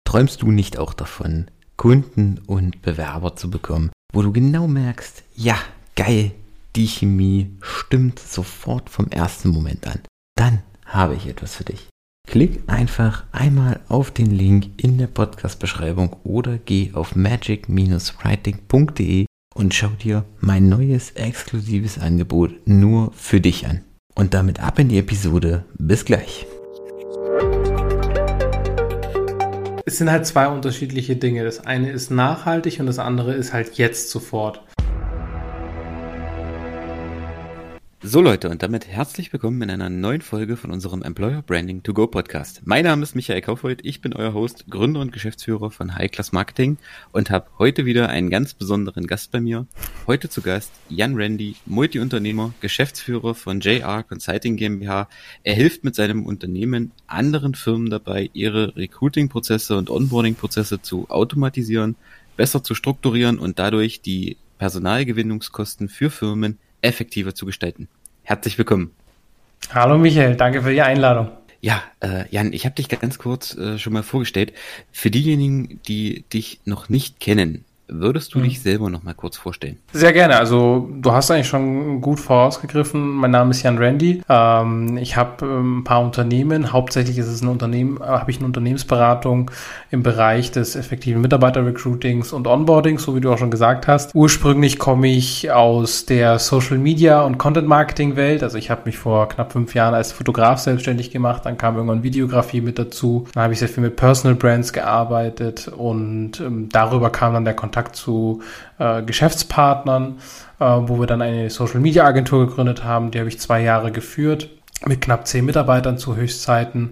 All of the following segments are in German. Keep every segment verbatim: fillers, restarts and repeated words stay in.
Träumst du nicht auch davon, Kunden und Bewerber zu bekommen, wo du genau merkst, ja, geil, die Chemie stimmt sofort vom ersten Moment an? Dann habe ich etwas für dich. Klick einfach einmal auf den Link in der Podcast-Beschreibung oder geh auf magic Bindestrich writing Punkt de und schau dir mein neues exklusives Angebot nur für dich an. Und damit ab in die Episode. Bis gleich. Es sind halt zwei unterschiedliche Dinge. Das eine ist nachhaltig und das andere ist halt jetzt sofort. So Leute, und damit herzlich willkommen in einer neuen Folge von unserem Employer Branding to Go Podcast. Mein Name ist Michael Kaufhold, ich bin euer Host, Gründer und Geschäftsführer von High Class Marketing und habe heute wieder einen ganz besonderen Gast bei mir. Heute zu Gast Jan Randy, Multiunternehmer, Geschäftsführer von J R Consulting GmbH. Er hilft mit seinem Unternehmen anderen Firmen dabei, ihre Recruiting-Prozesse und Onboarding-Prozesse zu automatisieren, besser zu strukturieren und dadurch die Personalgewinnungskosten für Firmen effektiver zu gestalten. Herzlich willkommen. Hallo Michael, danke für die Einladung. Ja, äh, Jan, ich habe dich ganz kurz äh, schon mal vorgestellt. Für diejenigen, die dich noch nicht kennen, würdest du mhm. dich selber noch mal kurz vorstellen? Sehr gerne. Also du hast eigentlich schon gut vorausgegriffen. Mein Name ist Jan Randy. Ähm, ich habe ähm, ein paar Unternehmen. Hauptsächlich ist es ein Unternehmen, äh, habe ich eine Unternehmensberatung im Bereich des effektiven Mitarbeiter-Recruitings und Onboardings, so wie du auch schon gesagt hast. Ursprünglich komme ich aus der Social-Media- und Content-Marketing-Welt. Also ich habe mich vor knapp fünf Jahren als Fotograf selbstständig gemacht. Dann kam irgendwann Videografie mit dazu. Dann habe ich sehr viel mit Personal Brands gearbeitet und ähm, darüber kam dann der Kontakt zu äh, Geschäftspartnern, äh, wo wir dann eine Social-Media-Agentur gegründet haben. Die habe ich zwei Jahre geführt, mit knapp zehn Mitarbeitern zu Höchstzeiten.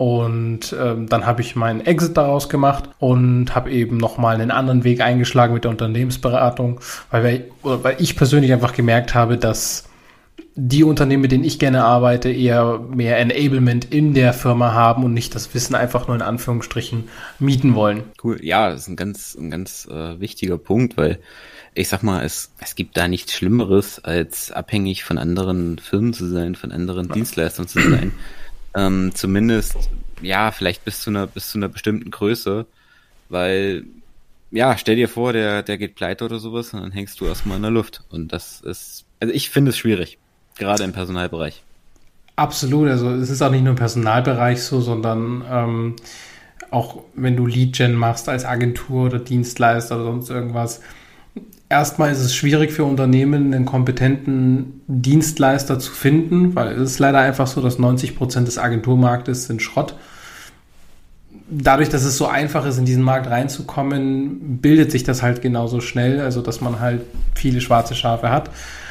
Und ähm, dann habe ich meinen Exit daraus gemacht und habe eben nochmal einen anderen Weg eingeschlagen mit der Unternehmensberatung, weil, wir, oder weil ich persönlich einfach gemerkt habe, dass die Unternehmen, mit denen ich gerne arbeite, eher mehr Enablement in der Firma haben und nicht das Wissen einfach nur in Anführungsstrichen mieten wollen. Cool, ja, das ist ein ganz, ein ganz äh, wichtiger Punkt, weil ich sag mal, es, es gibt da nichts Schlimmeres, als abhängig von anderen Firmen zu sein, von anderen ja. Dienstleistern zu sein. ähm, zumindest, ja, vielleicht bis zu einer, bis zu einer bestimmten Größe, weil, ja, stell dir vor, der, der geht pleite oder sowas und dann hängst du erstmal in der Luft. Und das ist, also ich finde es schwierig. Gerade im Personalbereich. Absolut, also es ist auch nicht nur im Personalbereich so, sondern ähm, auch wenn du Lead-Gen machst als Agentur oder Dienstleister oder sonst irgendwas. Erstmal ist es schwierig für Unternehmen, einen kompetenten Dienstleister zu finden, weil es ist leider einfach so, dass neunzig Prozent des Agenturmarktes sind Schrott. Dadurch, dass es so einfach ist, in diesen Markt reinzukommen, bildet sich das halt genauso schnell, also dass man halt viele schwarze Schafe hat.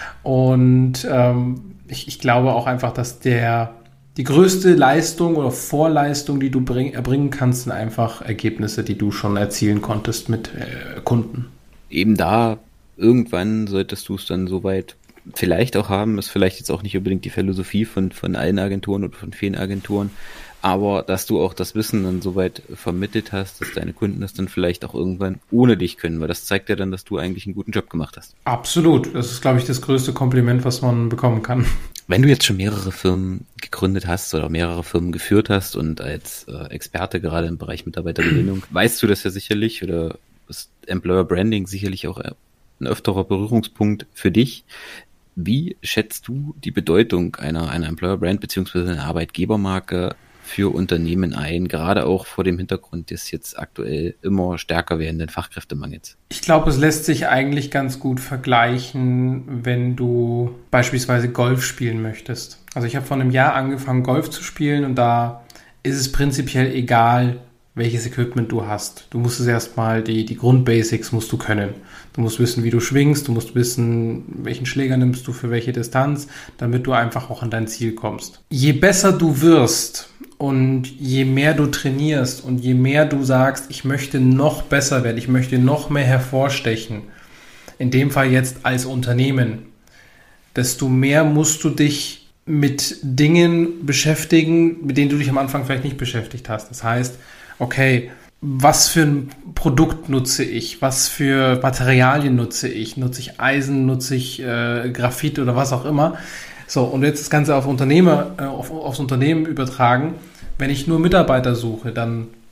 Und ähm, ich, ich glaube auch einfach, dass der die größte Leistung oder Vorleistung, die du bring, erbringen kannst, sind einfach Ergebnisse, die du schon erzielen konntest mit äh, Kunden. Eben da, irgendwann solltest du es dann soweit vielleicht auch haben, ist vielleicht jetzt auch nicht unbedingt die Philosophie von, von allen Agenturen oder von vielen Agenturen, aber dass du auch das Wissen dann soweit vermittelt hast, dass deine Kunden das dann vielleicht auch irgendwann ohne dich können, weil das zeigt ja dann, dass du eigentlich einen guten Job gemacht hast. Absolut. Das ist, glaube ich, das größte Kompliment, was man bekommen kann. Wenn du jetzt schon mehrere Firmen gegründet hast oder mehrere Firmen geführt hast und als äh, Experte gerade im Bereich Mitarbeitergewinnung, weißt du das ja sicherlich oder ist Employer Branding sicherlich auch ein öfterer Berührungspunkt für dich. Wie schätzt du die Bedeutung einer, einer Employer Brand beziehungsweise einer Arbeitgebermarke für Unternehmen ein, gerade auch vor dem Hintergrund des jetzt aktuell immer stärker werdenden Fachkräftemangels? Ich glaube, es lässt sich eigentlich ganz gut vergleichen, wenn du beispielsweise Golf spielen möchtest. Also ich habe vor einem Jahr angefangen, Golf zu spielen und da ist es prinzipiell egal, welches Equipment du hast. Du musst es erstmal, die, die Grundbasics musst du können. Du musst wissen, wie du schwingst, du musst wissen, welchen Schläger nimmst du für welche Distanz, damit du einfach auch an dein Ziel kommst. Je besser du wirst und je mehr du trainierst und je mehr du sagst, ich möchte noch besser werden, ich möchte noch mehr hervorstechen, in dem Fall jetzt als Unternehmen, desto mehr musst du dich mit Dingen beschäftigen, mit denen du dich am Anfang vielleicht nicht beschäftigt hast. Das heißt, okay, was für ein Produkt nutze ich? Was für Materialien nutze ich? Nutze ich Eisen? Nutze ich äh, Graphit oder was auch immer? So, und jetzt das Ganze auf Unternehmer, äh, auf, aufs Unternehmen übertragen. Wenn ich nur Mitarbeiter suche, dann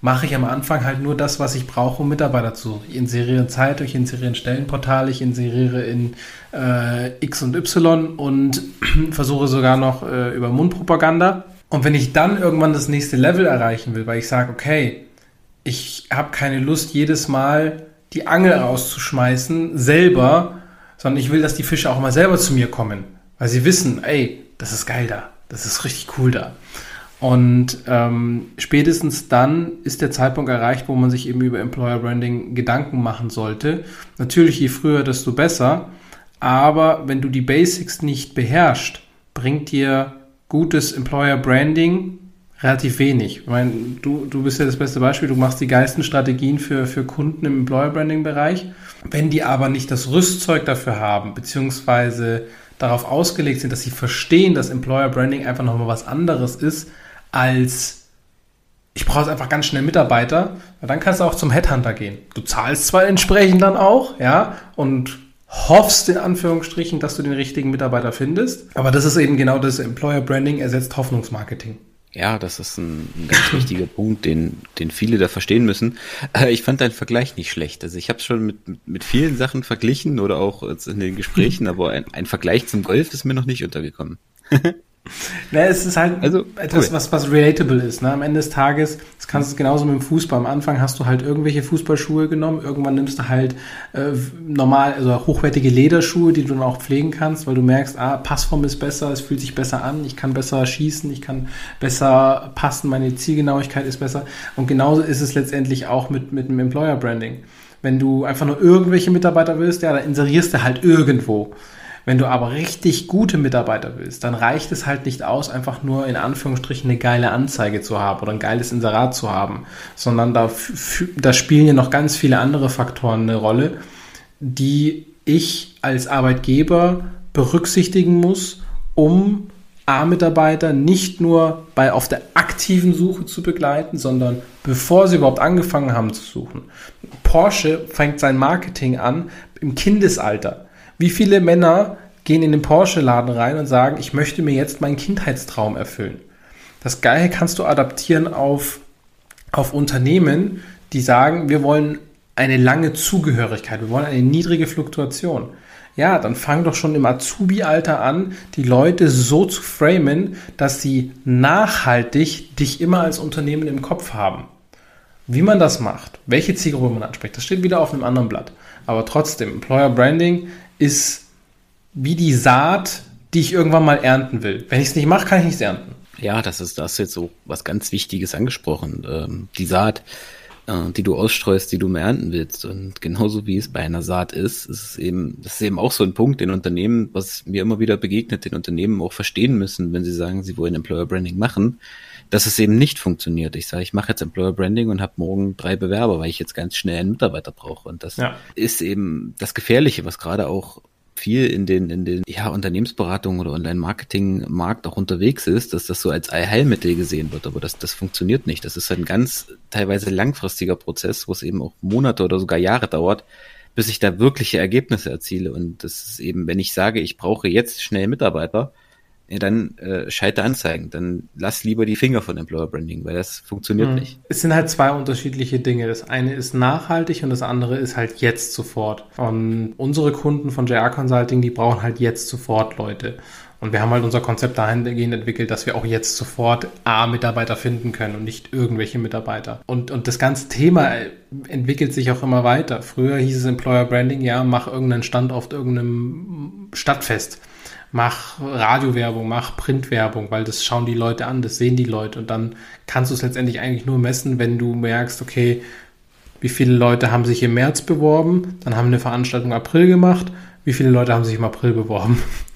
mache ich am Anfang halt nur das, was ich brauche, um Mitarbeiter zu suchen. Ich inseriere in Zeitung, ich inseriere in Stellenportale, ich inseriere in äh, X und Y und versuche sogar noch äh, über Mundpropaganda. Und wenn ich dann irgendwann das nächste Level erreichen will, weil ich sage, okay, ich habe keine Lust, jedes Mal die Angel rauszuschmeißen, selber, sondern ich will, dass die Fische auch mal selber zu mir kommen, weil sie wissen, ey, das ist geil da, das ist richtig cool da. Und ähm, spätestens dann ist der Zeitpunkt erreicht, wo man sich eben über Employer Branding Gedanken machen sollte. Natürlich, je früher, desto besser. Aber wenn du die Basics nicht beherrschst, bringt dir gutes Employer Branding relativ wenig. Ich meine, du, du bist ja das beste Beispiel. Du machst die geilsten Strategien für, für Kunden im Employer Branding Bereich. Wenn die aber nicht das Rüstzeug dafür haben, beziehungsweise darauf ausgelegt sind, dass sie verstehen, dass Employer Branding einfach nochmal was anderes ist, als ich brauche jetzt einfach ganz schnell Mitarbeiter, dann kannst du auch zum Headhunter gehen. Du zahlst zwar entsprechend dann auch, ja, und hoffst in Anführungsstrichen, dass du den richtigen Mitarbeiter findest, aber das ist eben genau das, Employer Branding ersetzt Hoffnungsmarketing. Ja, das ist ein, ein ganz wichtiger Punkt, den, den viele da verstehen müssen. Äh, ich fand deinen Vergleich nicht schlecht. Also ich habe es schon mit, mit vielen Sachen verglichen oder auch jetzt in den Gesprächen, aber ein, ein Vergleich zum Golf ist mir noch nicht untergekommen. Ne, es ist halt also, etwas, cool. was, was relatable ist. Ne? Am Ende des Tages, das kannst du genauso mit dem Fußball. Am Anfang hast du halt irgendwelche Fußballschuhe genommen. Irgendwann nimmst du halt äh, normal, also hochwertige Lederschuhe, die du dann auch pflegen kannst, weil du merkst, ah, Passform ist besser, es fühlt sich besser an, ich kann besser schießen, ich kann besser passen, meine Zielgenauigkeit ist besser. Und genauso ist es letztendlich auch mit, mit dem Employer Branding. Wenn du einfach nur irgendwelche Mitarbeiter willst, ja, dann inserierst du halt irgendwo. Wenn du aber richtig gute Mitarbeiter willst, dann reicht es halt nicht aus, einfach nur in Anführungsstrichen eine geile Anzeige zu haben oder ein geiles Inserat zu haben, sondern da, f- da spielen ja noch ganz viele andere Faktoren eine Rolle, die ich als Arbeitgeber berücksichtigen muss, um A-Mitarbeiter nicht nur bei auf der aktiven Suche zu begleiten, sondern bevor sie überhaupt angefangen haben zu suchen. Porsche fängt sein Marketing an im Kindesalter. Wie viele Männer gehen in den Porsche-Laden rein und sagen, ich möchte mir jetzt meinen Kindheitstraum erfüllen? Das Geile kannst du adaptieren auf, auf Unternehmen, die sagen, wir wollen eine lange Zugehörigkeit, wir wollen eine niedrige Fluktuation. Ja, dann fang doch schon im Azubi-Alter an, die Leute so zu framen, dass sie nachhaltig dich immer als Unternehmen im Kopf haben. Wie man das macht, welche Zielgruppe man anspricht, das steht wieder auf einem anderen Blatt. Aber trotzdem, Employer Branding ist wie die Saat, die ich irgendwann mal ernten will. Wenn ich es nicht mache, kann ich nichts ernten. Ja, das ist das ist jetzt so was ganz Wichtiges angesprochen. Ähm, die Saat, äh, die du ausstreust, die du mehr ernten willst. Und genauso wie es bei einer Saat ist, ist es eben, das ist eben auch so ein Punkt, den Unternehmen, was mir immer wieder begegnet, den Unternehmen auch verstehen müssen, wenn sie sagen, sie wollen Employer Branding machen, dass es eben nicht funktioniert. Ich sage, ich mache jetzt Employer Branding und habe morgen drei Bewerber, weil ich jetzt ganz schnell einen Mitarbeiter brauche. Und das ja. ist eben das Gefährliche, was gerade auch viel in den in den ja Unternehmensberatungen oder Online-Marketing-Markt auch unterwegs ist, dass das so als Allheilmittel gesehen wird. Aber das das funktioniert nicht. Das ist halt ein ganz teilweise langfristiger Prozess, wo es eben auch Monate oder sogar Jahre dauert, bis ich da wirkliche Ergebnisse erziele. Und das ist eben, wenn ich sage, ich brauche jetzt schnell Mitarbeiter, ja, dann äh, schalte Anzeigen, dann lass lieber die Finger von Employer Branding, weil das funktioniert mhm. nicht. Es sind halt zwei unterschiedliche Dinge. Das eine ist nachhaltig und das andere ist halt jetzt sofort. Und unsere Kunden von J R Consulting, die brauchen halt jetzt sofort Leute. Und wir haben halt unser Konzept dahingehend entwickelt, dass wir auch jetzt sofort A-Mitarbeiter finden können und nicht irgendwelche Mitarbeiter. Und, und das ganze Thema entwickelt sich auch immer weiter. Früher hieß es Employer Branding, ja, mach irgendeinen Stand auf irgendeinem Stadtfest. Mach Radiowerbung, mach Printwerbung, weil das schauen die Leute an, das sehen die Leute und dann kannst du es letztendlich eigentlich nur messen, wenn du merkst, okay, wie viele Leute haben sich im März beworben, dann haben eine Veranstaltung im April gemacht, wie viele Leute haben sich im April beworben.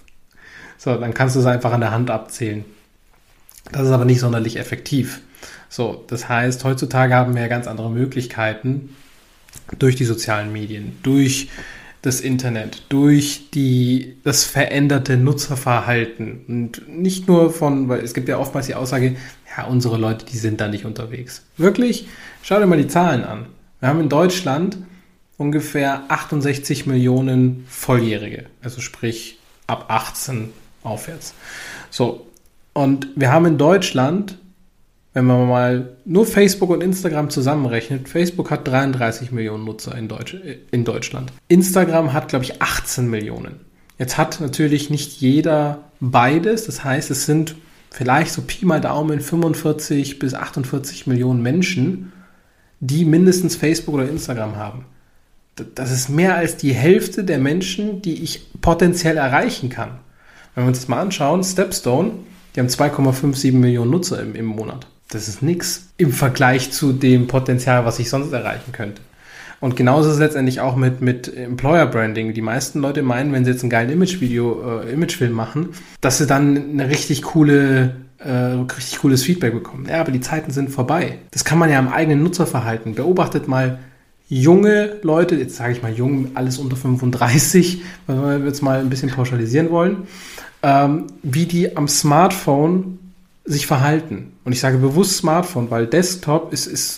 So, dann kannst du es einfach an der Hand abzählen. Das ist aber nicht sonderlich effektiv. So, das heißt, heutzutage haben wir ja ganz andere Möglichkeiten durch die sozialen Medien, durch das Internet, durch die, das veränderte Nutzerverhalten und nicht nur von, weil es gibt ja oftmals die Aussage, ja, unsere Leute, die sind da nicht unterwegs. Wirklich? Schau dir mal die Zahlen an. Wir haben in Deutschland ungefähr achtundsechzig Millionen Volljährige, also sprich ab achtzehn aufwärts. So, und wir haben in Deutschland wenn man mal nur Facebook und Instagram zusammenrechnet, Facebook hat dreiunddreißig Millionen Nutzer in, Deutsch, in Deutschland. Instagram hat, glaube ich, achtzehn Millionen. Jetzt hat natürlich nicht jeder beides. Das heißt, es sind vielleicht so Pi mal Daumen fünfundvierzig bis achtundvierzig Millionen Menschen, die mindestens Facebook oder Instagram haben. Das ist mehr als die Hälfte der Menschen, die ich potenziell erreichen kann. Wenn wir uns das mal anschauen, Stepstone, die haben zwei Komma siebenundfünfzig Millionen Nutzer im, im Monat. Das ist nix im Vergleich zu dem Potenzial, was ich sonst erreichen könnte. Und genauso ist es letztendlich auch mit, mit Employer Branding. Die meisten Leute meinen, wenn sie jetzt einen geilen Imagevideo, äh, Imagefilm machen, dass sie dann eine richtig coole, äh, richtig cooles Feedback bekommen. Ja, aber die Zeiten sind vorbei. Das kann man ja am eigenen Nutzerverhalten. Beobachtet mal junge Leute, jetzt sage ich mal jung, alles unter fünfunddreißig, weil wir jetzt mal ein bisschen pauschalisieren wollen, ähm, wie die am Smartphone sich verhalten. Und ich sage bewusst Smartphone, weil Desktop ist, ist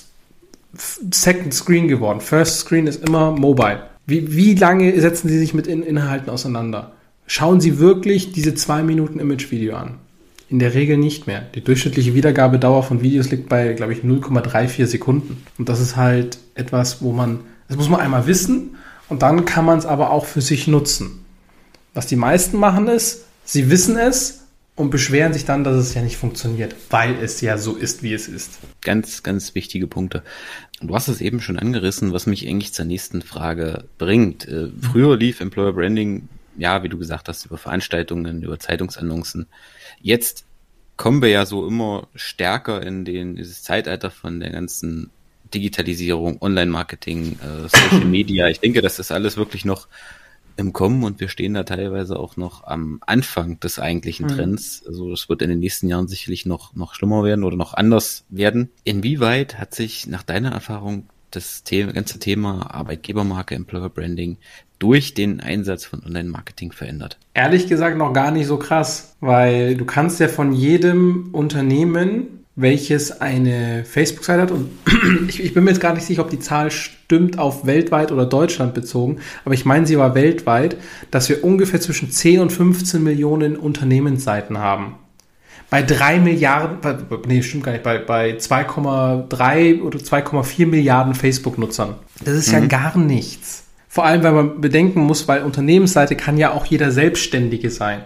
Second Screen geworden. First Screen ist immer Mobile. Wie, wie lange setzen Sie sich mit In- Inhalten auseinander? Schauen Sie wirklich diese zwei Minuten Imagevideo an? In der Regel nicht mehr. Die durchschnittliche Wiedergabedauer von Videos liegt bei, glaube ich, null Komma vierunddreißig Sekunden. Und das ist halt etwas, wo man, das muss man einmal wissen und dann kann man es aber auch für sich nutzen. Was die meisten machen ist, sie wissen es und beschweren sich dann, dass es ja nicht funktioniert, weil es ja so ist, wie es ist. Ganz, ganz wichtige Punkte. Du hast es eben schon angerissen, was mich eigentlich zur nächsten Frage bringt. Äh, früher lief Employer Branding, ja, wie du gesagt hast, über Veranstaltungen, über Zeitungsannoncen. Jetzt kommen wir ja so immer stärker in den, dieses Zeitalter von der ganzen Digitalisierung, Online-Marketing, äh, Social Media. Ich denke, das ist alles wirklich noch im Kommen und wir stehen da teilweise auch noch am Anfang des eigentlichen Trends. Also das wird in den nächsten Jahren sicherlich noch, noch schlimmer werden oder noch anders werden. Inwieweit hat sich nach deiner Erfahrung das Thema, ganze Thema Arbeitgebermarke, Employer Branding durch den Einsatz von Online-Marketing verändert? Ehrlich gesagt noch gar nicht so krass, weil du kannst ja von jedem Unternehmen, welches eine Facebook-Seite hat, und ich, ich bin mir jetzt gar nicht sicher, ob die Zahl stimmt auf weltweit oder Deutschland bezogen, aber ich meine, sie war weltweit, dass wir ungefähr zwischen zehn und fünfzehn Millionen Unternehmensseiten haben. Bei drei Milliarden, nee, stimmt gar nicht, bei, bei zwei Komma drei oder zwei Komma vier Milliarden Facebook-Nutzern. Das ist mhm. ja gar nichts. Vor allem, weil man bedenken muss, weil Unternehmensseite kann ja auch jeder Selbstständige sein.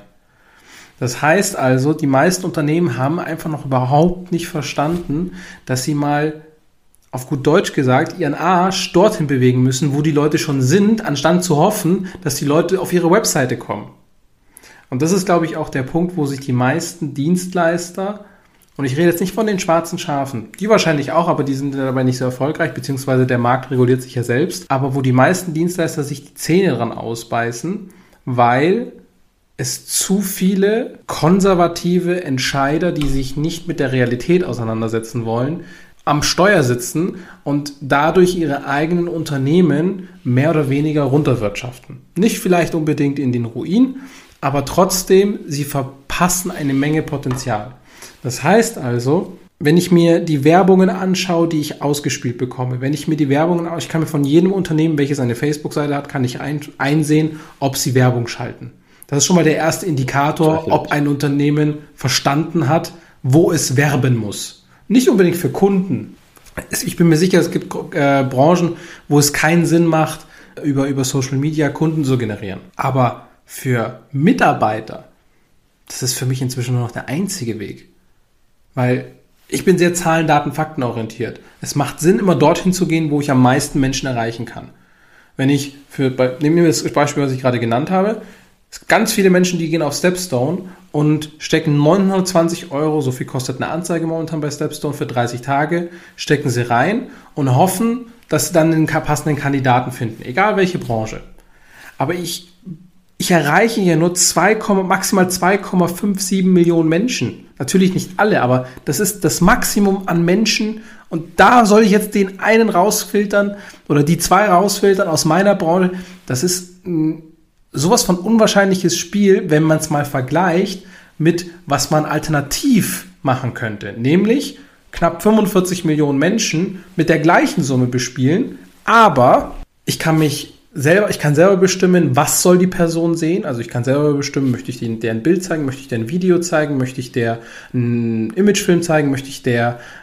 Das heißt also, die meisten Unternehmen haben einfach noch überhaupt nicht verstanden, dass sie mal, auf gut Deutsch gesagt, ihren Arsch dorthin bewegen müssen, wo die Leute schon sind, anstatt zu hoffen, dass die Leute auf ihre Webseite kommen. Und das ist, glaube ich, auch der Punkt, wo sich die meisten Dienstleister, und ich rede jetzt nicht von den schwarzen Schafen, die wahrscheinlich auch, aber die sind dabei nicht so erfolgreich, beziehungsweise der Markt reguliert sich ja selbst, aber wo die meisten Dienstleister sich die Zähne dran ausbeißen, weil es zu viele konservative Entscheider, die sich nicht mit der Realität auseinandersetzen wollen, am Steuer sitzen und dadurch ihre eigenen Unternehmen mehr oder weniger runterwirtschaften. Nicht vielleicht unbedingt in den Ruin, aber trotzdem, sie verpassen eine Menge Potenzial. Das heißt also, wenn ich mir die Werbungen anschaue, die ich ausgespielt bekomme, wenn ich mir die Werbungen, ich kann mir von jedem Unternehmen, welches eine Facebook-Seite hat, kann ich ein, einsehen, ob sie Werbung schalten. Das ist schon mal der erste Indikator, ob ein Unternehmen verstanden hat, wo es werben muss. Nicht unbedingt für Kunden. Ich bin mir sicher, es gibt äh, Branchen, wo es keinen Sinn macht, über, über Social Media Kunden zu generieren. Aber für Mitarbeiter, das ist für mich inzwischen nur noch der einzige Weg. Weil ich bin sehr Zahlen, Daten, Fakten orientiert. Es macht Sinn, immer dorthin zu gehen, wo ich am meisten Menschen erreichen kann. Wenn ich für, bei, nehmen wir das Beispiel, was ich gerade genannt habe, es gibt ganz viele Menschen, die gehen auf Stepstone und stecken neunhundertzwanzig Euro, so viel kostet eine Anzeige momentan bei Stepstone für dreißig Tage, stecken sie rein und hoffen, dass sie dann einen passenden Kandidaten finden, egal welche Branche. Aber ich, ich erreiche hier nur zwei, maximal zwei Komma siebenundfünfzig Millionen Menschen. Natürlich nicht alle, aber das ist das Maximum an Menschen und da soll ich jetzt den einen rausfiltern oder die zwei rausfiltern aus meiner Branche. Das ist ein sowas von unwahrscheinliches Spiel, wenn man es mal vergleicht mit, was man alternativ machen könnte. Nämlich knapp fünfundvierzig Millionen Menschen mit der gleichen Summe bespielen, aber ich kann mich selber, ich kann selber bestimmen, was soll die Person sehen. Also ich kann selber bestimmen, möchte ich der ein Bild zeigen, möchte ich der ein Video zeigen, möchte ich der einen Imagefilm zeigen, möchte ich der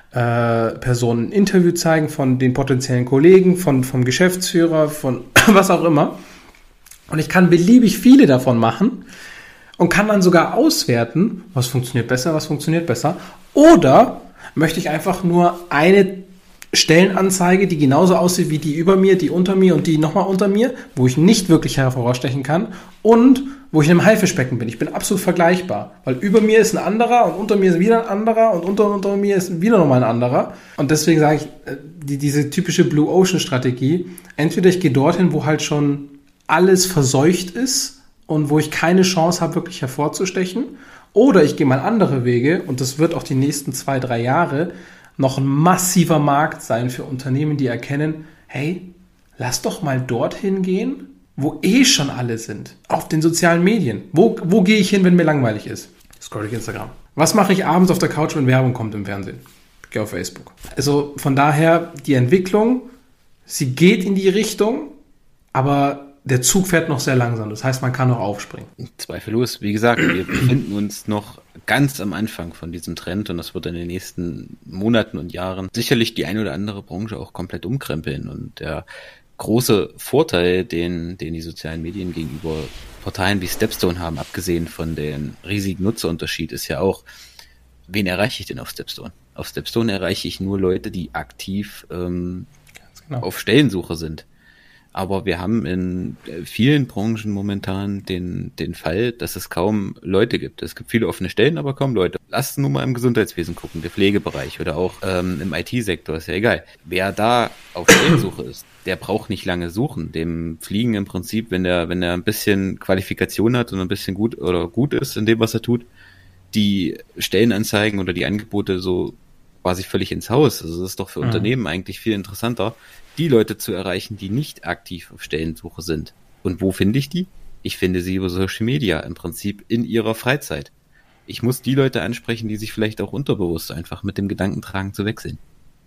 äh, Personen ein Interview zeigen von den potenziellen Kollegen, von, vom Geschäftsführer, von was auch immer. Und ich kann beliebig viele davon machen und kann dann sogar auswerten, was funktioniert besser, was funktioniert besser. Oder möchte ich einfach nur eine Stellenanzeige, die genauso aussieht wie die über mir, die unter mir und die nochmal unter mir, wo ich nicht wirklich hervorstechen kann und wo ich in einem Haifischbecken bin. Ich bin absolut vergleichbar, weil über mir ist ein anderer und unter mir ist wieder ein anderer und unter, unter mir ist wieder nochmal ein anderer. Und deswegen sage ich, die, diese typische Blue Ocean Strategie, entweder ich gehe dorthin, wo halt schon alles verseucht ist und wo ich keine Chance habe, wirklich hervorzustechen, oder ich gehe mal andere Wege und das wird auch die nächsten zwei, drei Jahre noch ein massiver Markt sein für Unternehmen, die erkennen, hey, lass doch mal dorthin gehen, wo eh schon alle sind. Auf den sozialen Medien. Wo, wo gehe ich hin, wenn mir langweilig ist? Scroll ich Instagram. Was mache ich abends auf der Couch, wenn Werbung kommt im Fernsehen? Ich gehe auf Facebook. Also von daher, die Entwicklung, sie geht in die Richtung, aber der Zug fährt noch sehr langsam. Das heißt, man kann noch aufspringen. Zweifellos. Wie gesagt, wir befinden uns noch ganz am Anfang von diesem Trend und das wird in den nächsten Monaten und Jahren sicherlich die eine oder andere Branche auch komplett umkrempeln. Und der große Vorteil, den, den die sozialen Medien gegenüber Portalen wie Stepstone haben, abgesehen von dem riesigen Nutzerunterschied, ist ja auch, wen erreiche ich denn auf Stepstone? Auf Stepstone erreiche ich nur Leute, die aktiv ähm, Ganz genau. auf Stellensuche sind. Aber wir haben in vielen Branchen momentan den, den Fall, dass es kaum Leute gibt. Es gibt viele offene Stellen, aber kaum Leute. Lass nur mal im Gesundheitswesen gucken, der Pflegebereich oder auch ähm, im I T-Sektor, ist ja egal. Wer da auf Stellensuche ist, der braucht nicht lange suchen. Dem fliegen im Prinzip, wenn er wenn er ein bisschen Qualifikation hat und ein bisschen gut oder gut ist in dem, was er tut, die Stellenanzeigen oder die Angebote so quasi völlig ins Haus. Also das ist doch für mhm. Unternehmen eigentlich viel interessanter, die Leute zu erreichen, die nicht aktiv auf Stellensuche sind. Und wo finde ich die? Ich finde sie über Social Media im Prinzip in ihrer Freizeit. Ich muss die Leute ansprechen, die sich vielleicht auch unterbewusst einfach mit dem Gedanken tragen, zu wechseln.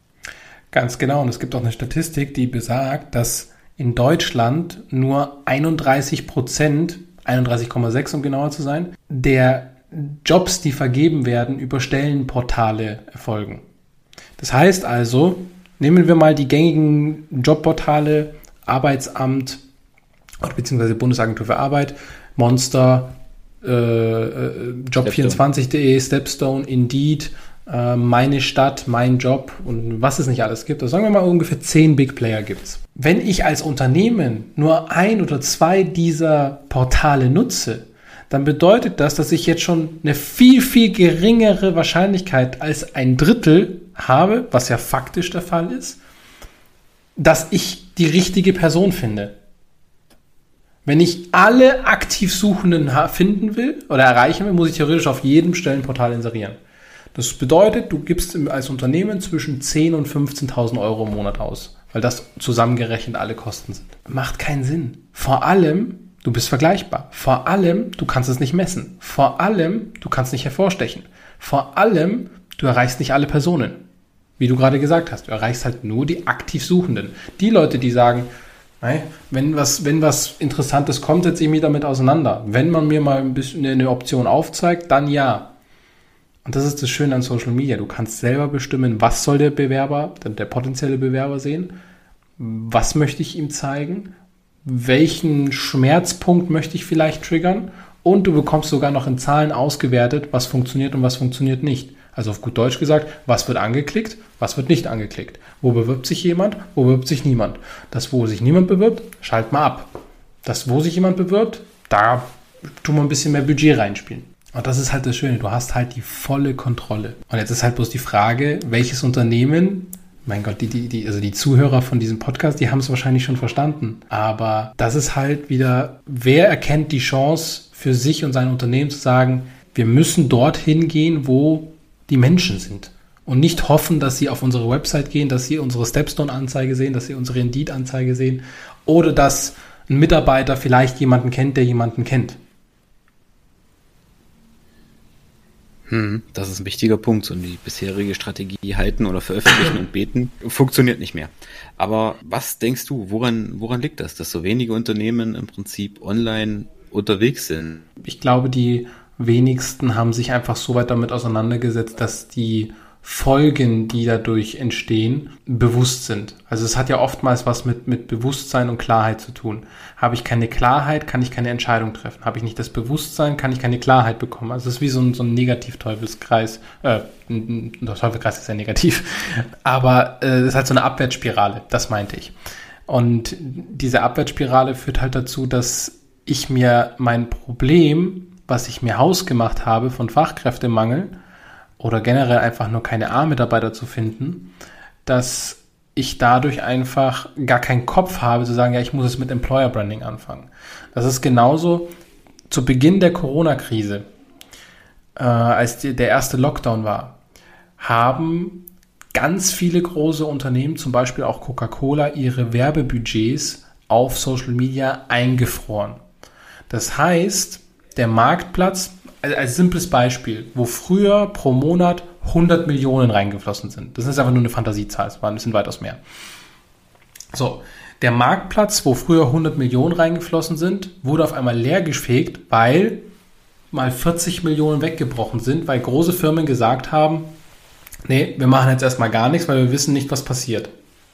Ganz genau. Und es gibt auch eine Statistik, die besagt, dass in Deutschland nur einunddreißig Prozent, einunddreißig Komma sechs um genauer zu sein, der Jobs, die vergeben werden, über Stellenportale erfolgen. Das heißt also, nehmen wir mal die gängigen Jobportale, Arbeitsamt beziehungsweise Bundesagentur für Arbeit, Monster, äh, Job vierundzwanzig punkt de, Stepstone, Indeed, äh, Meine Stadt, Mein Job und was es nicht alles gibt. Also sagen wir mal, ungefähr zehn Big Player gibt's. Wenn ich als Unternehmen nur ein oder zwei dieser Portale nutze, dann bedeutet das, dass ich jetzt schon eine viel, viel geringere Wahrscheinlichkeit als ein Drittel habe, was ja faktisch der Fall ist, dass ich die richtige Person finde. Wenn ich alle aktiv Suchenden finden will oder erreichen will, muss ich theoretisch auf jedem Stellenportal inserieren. Das bedeutet, du gibst als Unternehmen zwischen zehntausend und fünfzehntausend Euro im Monat aus, weil das zusammengerechnet alle Kosten sind. Macht keinen Sinn. Vor allem, du bist vergleichbar. Vor allem, du kannst es nicht messen. Vor allem, du kannst nicht hervorstechen. Vor allem, du erreichst nicht alle Personen. Wie du gerade gesagt hast, du erreichst halt nur die aktiv Suchenden. Die Leute, die sagen, hey, wenn was, wenn was Interessantes kommt, setze ich mich damit auseinander. Wenn man mir mal ein bisschen eine Option aufzeigt, dann ja. Und das ist das Schöne an Social Media. Du kannst selber bestimmen, was soll der Bewerber, der potenzielle Bewerber sehen, was möchte ich ihm zeigen, welchen Schmerzpunkt möchte ich vielleicht triggern und du bekommst sogar noch in Zahlen ausgewertet, was funktioniert und was funktioniert nicht. Also auf gut Deutsch gesagt, was wird angeklickt, was wird nicht angeklickt. Wo bewirbt sich jemand, wo bewirbt sich niemand. Das, wo sich niemand bewirbt, schalt mal ab. Das, wo sich jemand bewirbt, da tun wir ein bisschen mehr Budget reinspielen. Und das ist halt das Schöne, du hast halt die volle Kontrolle. Und jetzt ist halt bloß die Frage, welches Unternehmen, mein Gott, die, die, die, also die Zuhörer von diesem Podcast, die haben es wahrscheinlich schon verstanden. Aber das ist halt wieder, wer erkennt die Chance für sich und sein Unternehmen zu sagen, wir müssen dorthin gehen, wo die Menschen sind. Und nicht hoffen, dass sie auf unsere Website gehen, dass sie unsere Stepstone-Anzeige sehen, dass sie unsere Indeed-Anzeige sehen oder dass ein Mitarbeiter vielleicht jemanden kennt, der jemanden kennt. Hm, das ist ein wichtiger Punkt. Und die bisherige Strategie halten oder veröffentlichen und beten funktioniert nicht mehr. Aber was denkst du, woran, woran liegt das, dass so wenige Unternehmen im Prinzip online unterwegs sind? Ich glaube, die wenigsten haben sich einfach so weit damit auseinandergesetzt, dass die Folgen, die dadurch entstehen, bewusst sind. Also es hat ja oftmals was mit, mit Bewusstsein und Klarheit zu tun. Habe ich keine Klarheit, kann ich keine Entscheidung treffen. Habe ich nicht das Bewusstsein, kann ich keine Klarheit bekommen. Also es ist wie so ein, so ein Negativ-Teufelskreis. Äh, der Teufelskreis ist ja negativ. Aber es äh, ist halt so eine Abwärtsspirale, das meinte ich. Und diese Abwärtsspirale führt halt dazu, dass ich mir mein Problem, was ich mir hausgemacht habe von Fachkräftemangel oder generell einfach nur keine A-Mitarbeiter zu finden, dass ich dadurch einfach gar keinen Kopf habe zu sagen, ja, ich muss es mit Employer Branding anfangen. Das ist genauso zu Beginn der Corona-Krise, äh, als die, der erste Lockdown war, haben ganz viele große Unternehmen, zum Beispiel auch Coca-Cola, ihre Werbebudgets auf Social Media eingefroren. Das heißt, der Marktplatz, also als simples Beispiel, wo früher pro Monat hundert Millionen reingeflossen sind. Das ist einfach nur eine Fantasiezahl, es war ein bisschen weitaus mehr. So, der Marktplatz, wo früher hundert Millionen reingeflossen sind, wurde auf einmal leergefegt, weil mal vierzig Millionen weggebrochen sind, weil große Firmen gesagt haben, nee, wir machen jetzt erstmal gar nichts, weil wir wissen nicht, was passiert.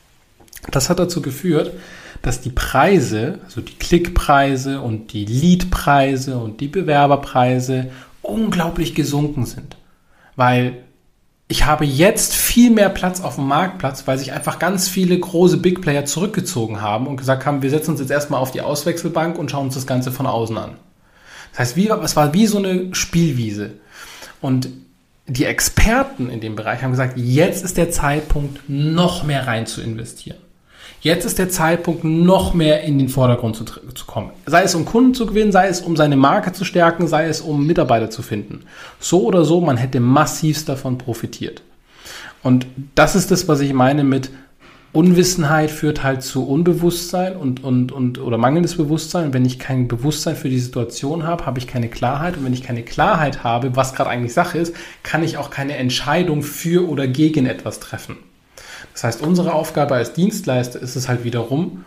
Das hat dazu geführt, dass die Preise, also die Klickpreise und die Leadpreise und die Bewerberpreise unglaublich gesunken sind. Weil ich habe jetzt viel mehr Platz auf dem Marktplatz, weil sich einfach ganz viele große Big Player zurückgezogen haben und gesagt haben, wir setzen uns jetzt erstmal auf die Auswechselbank und schauen uns das Ganze von außen an. Das heißt, wie, es war wie so eine Spielwiese. Und die Experten in dem Bereich haben gesagt, jetzt ist der Zeitpunkt, noch mehr rein zu investieren. Jetzt ist der Zeitpunkt, noch mehr in den Vordergrund zu, zu kommen. Sei es um Kunden zu gewinnen, sei es um seine Marke zu stärken, sei es um Mitarbeiter zu finden. So oder so, man hätte massivst davon profitiert. Und das ist das, was ich meine mit Unwissenheit führt halt zu Unbewusstsein und, und, und, oder mangelndes Bewusstsein. Und wenn ich kein Bewusstsein für die Situation habe, habe ich keine Klarheit. Und wenn ich keine Klarheit habe, was gerade eigentlich Sache ist, kann ich auch keine Entscheidung für oder gegen etwas treffen. Das heißt, unsere Aufgabe als Dienstleister ist es halt wiederum,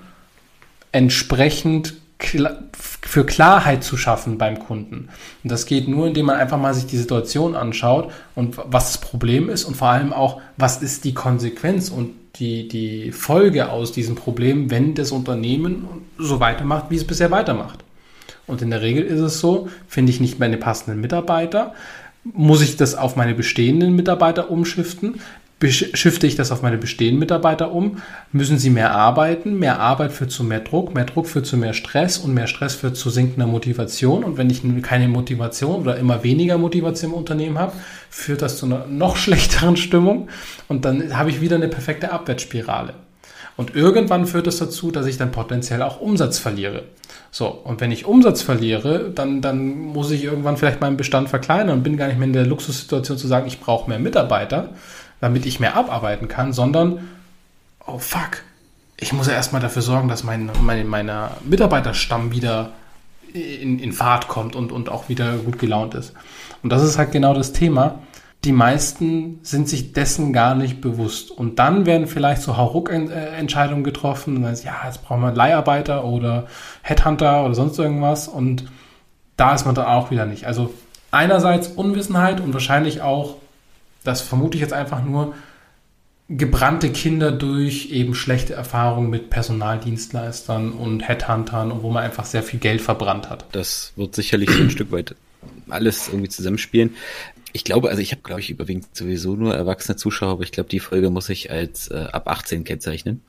entsprechend für Klarheit zu schaffen beim Kunden. Und das geht nur, indem man einfach mal sich die Situation anschaut und was das Problem ist und vor allem auch, was ist die Konsequenz und die, die Folge aus diesem Problem, wenn das Unternehmen so weitermacht, wie es bisher weitermacht. Und in der Regel ist es so, finde ich nicht meine passenden Mitarbeiter, muss ich das auf meine bestehenden Mitarbeiter umschiften, Shifte ich das auf meine bestehenden Mitarbeiter um, müssen sie mehr arbeiten, mehr Arbeit führt zu mehr Druck, mehr Druck führt zu mehr Stress und mehr Stress führt zu sinkender Motivation und wenn ich keine Motivation oder immer weniger Motivation im Unternehmen habe, führt das zu einer noch schlechteren Stimmung und dann habe ich wieder eine perfekte Abwärtsspirale. Und irgendwann führt das dazu, dass ich dann potenziell auch Umsatz verliere. So, und wenn ich Umsatz verliere, dann, dann muss ich irgendwann vielleicht meinen Bestand verkleinern und bin gar nicht mehr in der Luxussituation zu sagen, ich brauche mehr Mitarbeiter, damit ich mehr abarbeiten kann, sondern, oh fuck, ich muss ja erstmal dafür sorgen, dass mein, mein meiner Mitarbeiterstamm wieder in, in Fahrt kommt und, und auch wieder gut gelaunt ist. Und das ist halt genau das Thema. Die meisten sind sich dessen gar nicht bewusst. Und dann werden vielleicht so Hauruck-Entscheidungen getroffen und dann ist, ja, jetzt brauchen wir Leiharbeiter oder Headhunter oder sonst irgendwas und da ist man dann auch wieder nicht. Also einerseits Unwissenheit und wahrscheinlich auch, das vermute ich jetzt einfach nur, gebrannte Kinder durch eben schlechte Erfahrungen mit Personaldienstleistern und Headhuntern und wo man einfach sehr viel Geld verbrannt hat. Das wird sicherlich so ein Stück weit alles irgendwie zusammenspielen. Ich glaube, also ich habe, glaube ich, überwiegend sowieso nur erwachsene Zuschauer, aber ich glaube, die Folge muss ich als äh, ab achtzehn kennzeichnen.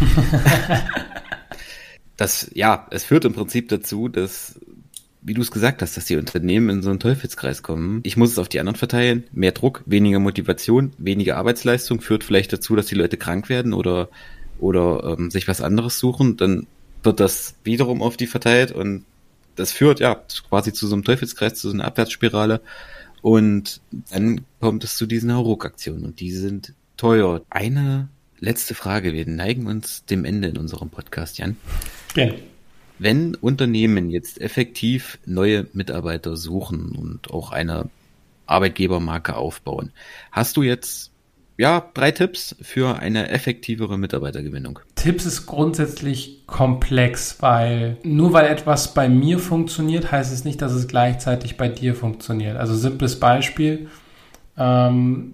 Das, ja, es führt im Prinzip dazu, dass, wie du es gesagt hast, dass die Unternehmen in so einen Teufelskreis kommen. Ich muss es auf die anderen verteilen. Mehr Druck, weniger Motivation, weniger Arbeitsleistung führt vielleicht dazu, dass die Leute krank werden oder oder ähm, sich was anderes suchen. Dann wird das wiederum auf die verteilt und das führt ja quasi zu so einem Teufelskreis, zu so einer Abwärtsspirale. Und dann kommt es zu diesen Hauruck-Aktionen und die sind teuer. Eine letzte Frage, wir neigen uns dem Ende in unserem Podcast, Jan. Ja. Wenn Unternehmen jetzt effektiv neue Mitarbeiter suchen und auch eine Arbeitgebermarke aufbauen, hast du jetzt ja drei Tipps für eine effektivere Mitarbeitergewinnung? Tipps ist grundsätzlich komplex, weil nur weil etwas bei mir funktioniert, heißt es nicht, dass es gleichzeitig bei dir funktioniert. Also simples Beispiel, ähm,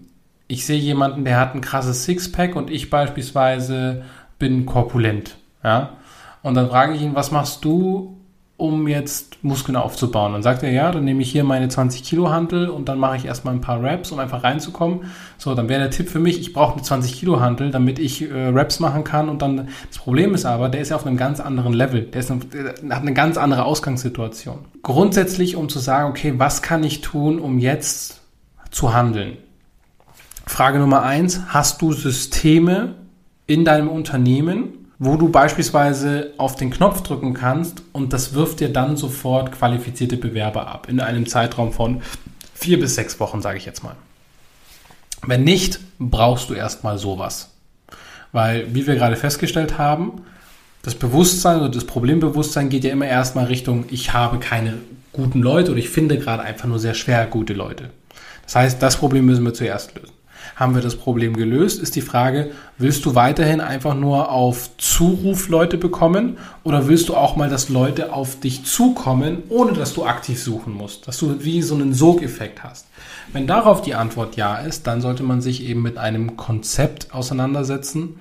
ich sehe jemanden, der hat ein krasses Sixpack und ich beispielsweise bin korpulent. Ja? Und dann frage ich ihn, was machst du, um jetzt Muskeln aufzubauen? Dann sagt er, ja, dann nehme ich hier meine zwanzig Kilo Hantel und dann mache ich erstmal ein paar Raps, um einfach reinzukommen. So, dann wäre der Tipp für mich, ich brauche eine zwanzig Kilo Hantel, damit ich äh, Raps machen kann. Und dann, das Problem ist aber, der ist ja auf einem ganz anderen Level. Der, ist eine, der hat eine ganz andere Ausgangssituation. Grundsätzlich, um zu sagen, okay, was kann ich tun, um jetzt zu handeln? Frage Nummer eins, hast du Systeme in deinem Unternehmen, wo du beispielsweise auf den Knopf drücken kannst und das wirft dir dann sofort qualifizierte Bewerber ab in einem Zeitraum von vier bis sechs Wochen, sage ich jetzt mal. Wenn nicht, brauchst du erstmal sowas. Weil, wie wir gerade festgestellt haben, das Bewusstsein oder das Problembewusstsein geht ja immer erstmal Richtung, ich habe keine guten Leute oder ich finde gerade einfach nur sehr schwer gute Leute. Das heißt, das Problem müssen wir zuerst lösen. Haben wir das Problem gelöst, ist die Frage, willst du weiterhin einfach nur auf Zuruf Leute bekommen oder willst du auch mal, dass Leute auf dich zukommen, ohne dass du aktiv suchen musst, dass du wie so einen Sogeffekt hast? Wenn darauf die Antwort ja ist, dann sollte man sich eben mit einem Konzept auseinandersetzen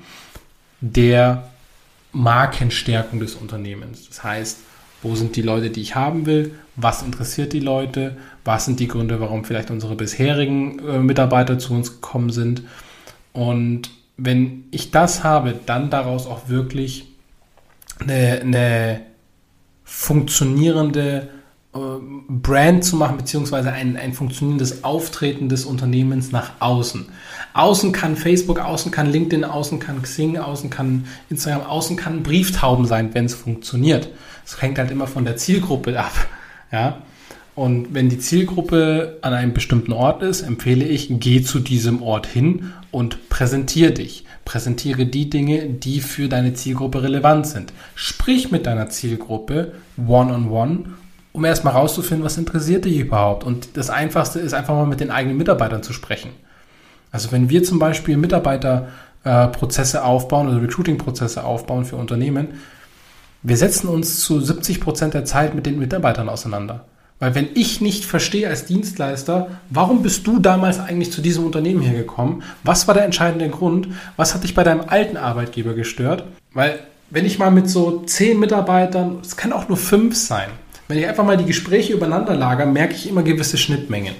der Markenstärkung des Unternehmens. Das heißt, wo sind die Leute, die ich haben will? Was interessiert die Leute? Was sind die Gründe, warum vielleicht unsere bisherigen äh, Mitarbeiter zu uns gekommen sind? Und wenn ich das habe, dann daraus auch wirklich eine, eine funktionierende äh, Brand zu machen, beziehungsweise ein, ein funktionierendes Auftreten des Unternehmens nach außen. Außen kann Facebook, außen kann LinkedIn, außen kann Xing, außen kann Instagram, außen kann Brieftauben sein, wenn es funktioniert. Es hängt halt immer von der Zielgruppe ab. Ja? Und wenn die Zielgruppe an einem bestimmten Ort ist, empfehle ich, geh zu diesem Ort hin und präsentiere dich. Präsentiere die Dinge, die für deine Zielgruppe relevant sind. Sprich mit deiner Zielgruppe one-on-one, um erstmal rauszufinden, was interessiert dich überhaupt. Und das Einfachste ist einfach mal mit den eigenen Mitarbeitern zu sprechen. Also wenn wir zum Beispiel Mitarbeiterprozesse aufbauen oder Recruiting-Prozesse aufbauen für Unternehmen, wir setzen uns zu siebzig Prozent der Zeit mit den Mitarbeitern auseinander. Weil wenn ich nicht verstehe als Dienstleister, warum bist du damals eigentlich zu diesem Unternehmen hier gekommen? Was war der entscheidende Grund? Was hat dich bei deinem alten Arbeitgeber gestört? Weil wenn ich mal mit so zehn Mitarbeitern, es kann auch nur fünf sein, wenn ich einfach mal die Gespräche übereinander lagere, merke ich immer gewisse Schnittmengen.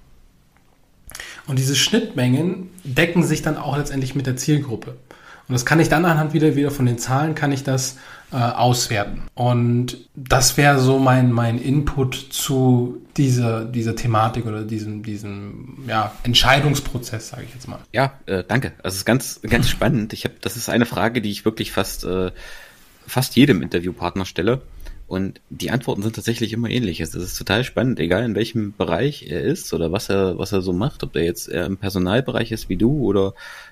Und diese Schnittmengen decken sich dann auch letztendlich mit der Zielgruppe. Und das kann ich dann anhand wieder, wieder von den Zahlen, kann ich das äh, auswerten. Und das wäre so mein, mein Input zu dieser, dieser Thematik oder diesem, diesem ja, Entscheidungsprozess, sage ich jetzt mal. Ja, äh, danke. Also es ist ganz, ganz spannend. Ich habe, das ist eine Frage, die ich wirklich fast, äh, fast jedem Interviewpartner stelle. Und die Antworten sind tatsächlich immer ähnlich. Es ist total spannend, egal in welchem Bereich er ist oder was er, was er so macht, ob er jetzt eher im Personalbereich ist wie du oder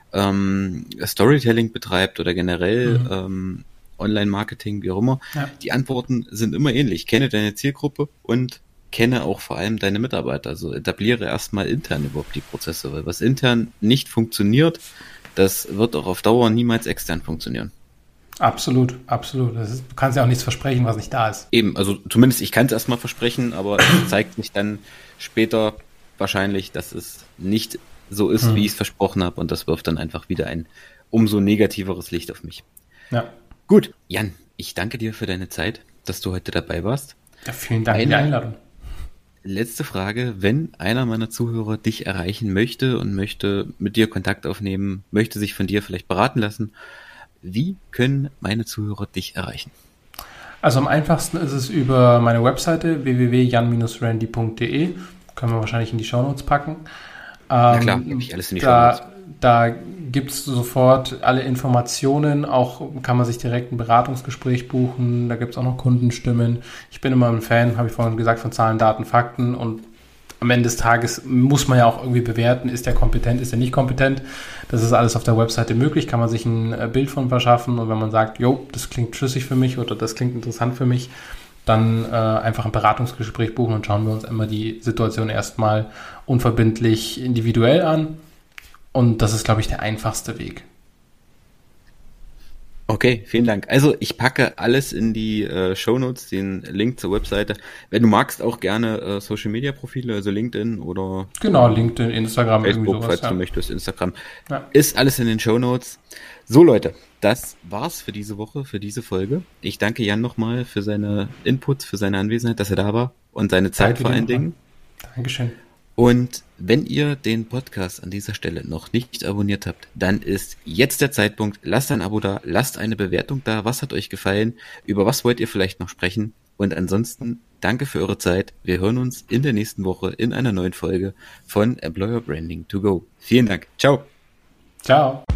ähm, Storytelling betreibt oder generell mhm. ähm, Online-Marketing, wie auch immer. Ja. Die Antworten sind immer ähnlich. Kenne deine Zielgruppe und kenne auch vor allem deine Mitarbeiter. Also etabliere erstmal intern überhaupt die Prozesse, weil was intern nicht funktioniert, das wird auch auf Dauer niemals extern funktionieren. Absolut, absolut. Das ist, du kannst ja auch nichts versprechen, was nicht da ist. Eben, also zumindest ich kann es erstmal versprechen, aber es zeigt sich dann später wahrscheinlich, dass es nicht so ist, hm. wie ich es versprochen habe, und das wirft dann einfach wieder ein umso negativeres Licht auf mich. Ja. Gut, Jan, ich danke dir für deine Zeit, dass du heute dabei warst. Ja, vielen Dank für die Einladung. Letzte Frage, wenn einer meiner Zuhörer dich erreichen möchte und möchte mit dir Kontakt aufnehmen, möchte sich von dir vielleicht beraten lassen, wie können meine Zuhörer dich erreichen? Also am einfachsten ist es über meine Webseite w w w punkt jan dash randy punkt d e. Können wir wahrscheinlich in die Shownotes packen. Na klar, gebe ich alles in die da, Shownotes. Da gibt es sofort alle Informationen. Auch kann man sich direkt ein Beratungsgespräch buchen. Da gibt es auch noch Kundenstimmen. Ich bin immer ein Fan, habe ich vorhin gesagt, von Zahlen, Daten, Fakten. Und am Ende des Tages muss man ja auch irgendwie bewerten, ist der kompetent, ist der nicht kompetent. Das ist alles auf der Webseite möglich, kann man sich ein Bild von verschaffen. Und wenn man sagt, jo, das klingt schlüssig für mich oder das klingt interessant für mich, dann äh, einfach ein Beratungsgespräch buchen und schauen wir uns immer die Situation erstmal unverbindlich individuell an. Und das ist, glaube ich, der einfachste Weg. Okay, vielen Dank. Also ich packe alles in die äh, Shownotes, den Link zur Webseite. Wenn du magst, auch gerne äh, Social Media Profile, also LinkedIn oder Genau, LinkedIn, Instagram, Facebook, irgendwie sowas, falls ja. du möchtest, Instagram. Ja. Ist alles in den Shownotes. So Leute, das war's für diese Woche, für diese Folge. Ich danke Jan nochmal für seine Inputs, für seine Anwesenheit, dass er da war und seine Zeit Danke vor dir allen nochmal. Dingen. Dankeschön. Und wenn ihr den Podcast an dieser Stelle noch nicht abonniert habt, dann ist jetzt der Zeitpunkt. Lasst ein Abo da, lasst eine Bewertung da. Was hat euch gefallen? Über was wollt ihr vielleicht noch sprechen? Und ansonsten danke für eure Zeit. Wir hören uns in der nächsten Woche in einer neuen Folge von Employer Branding to Go. Vielen Dank. Ciao. Ciao.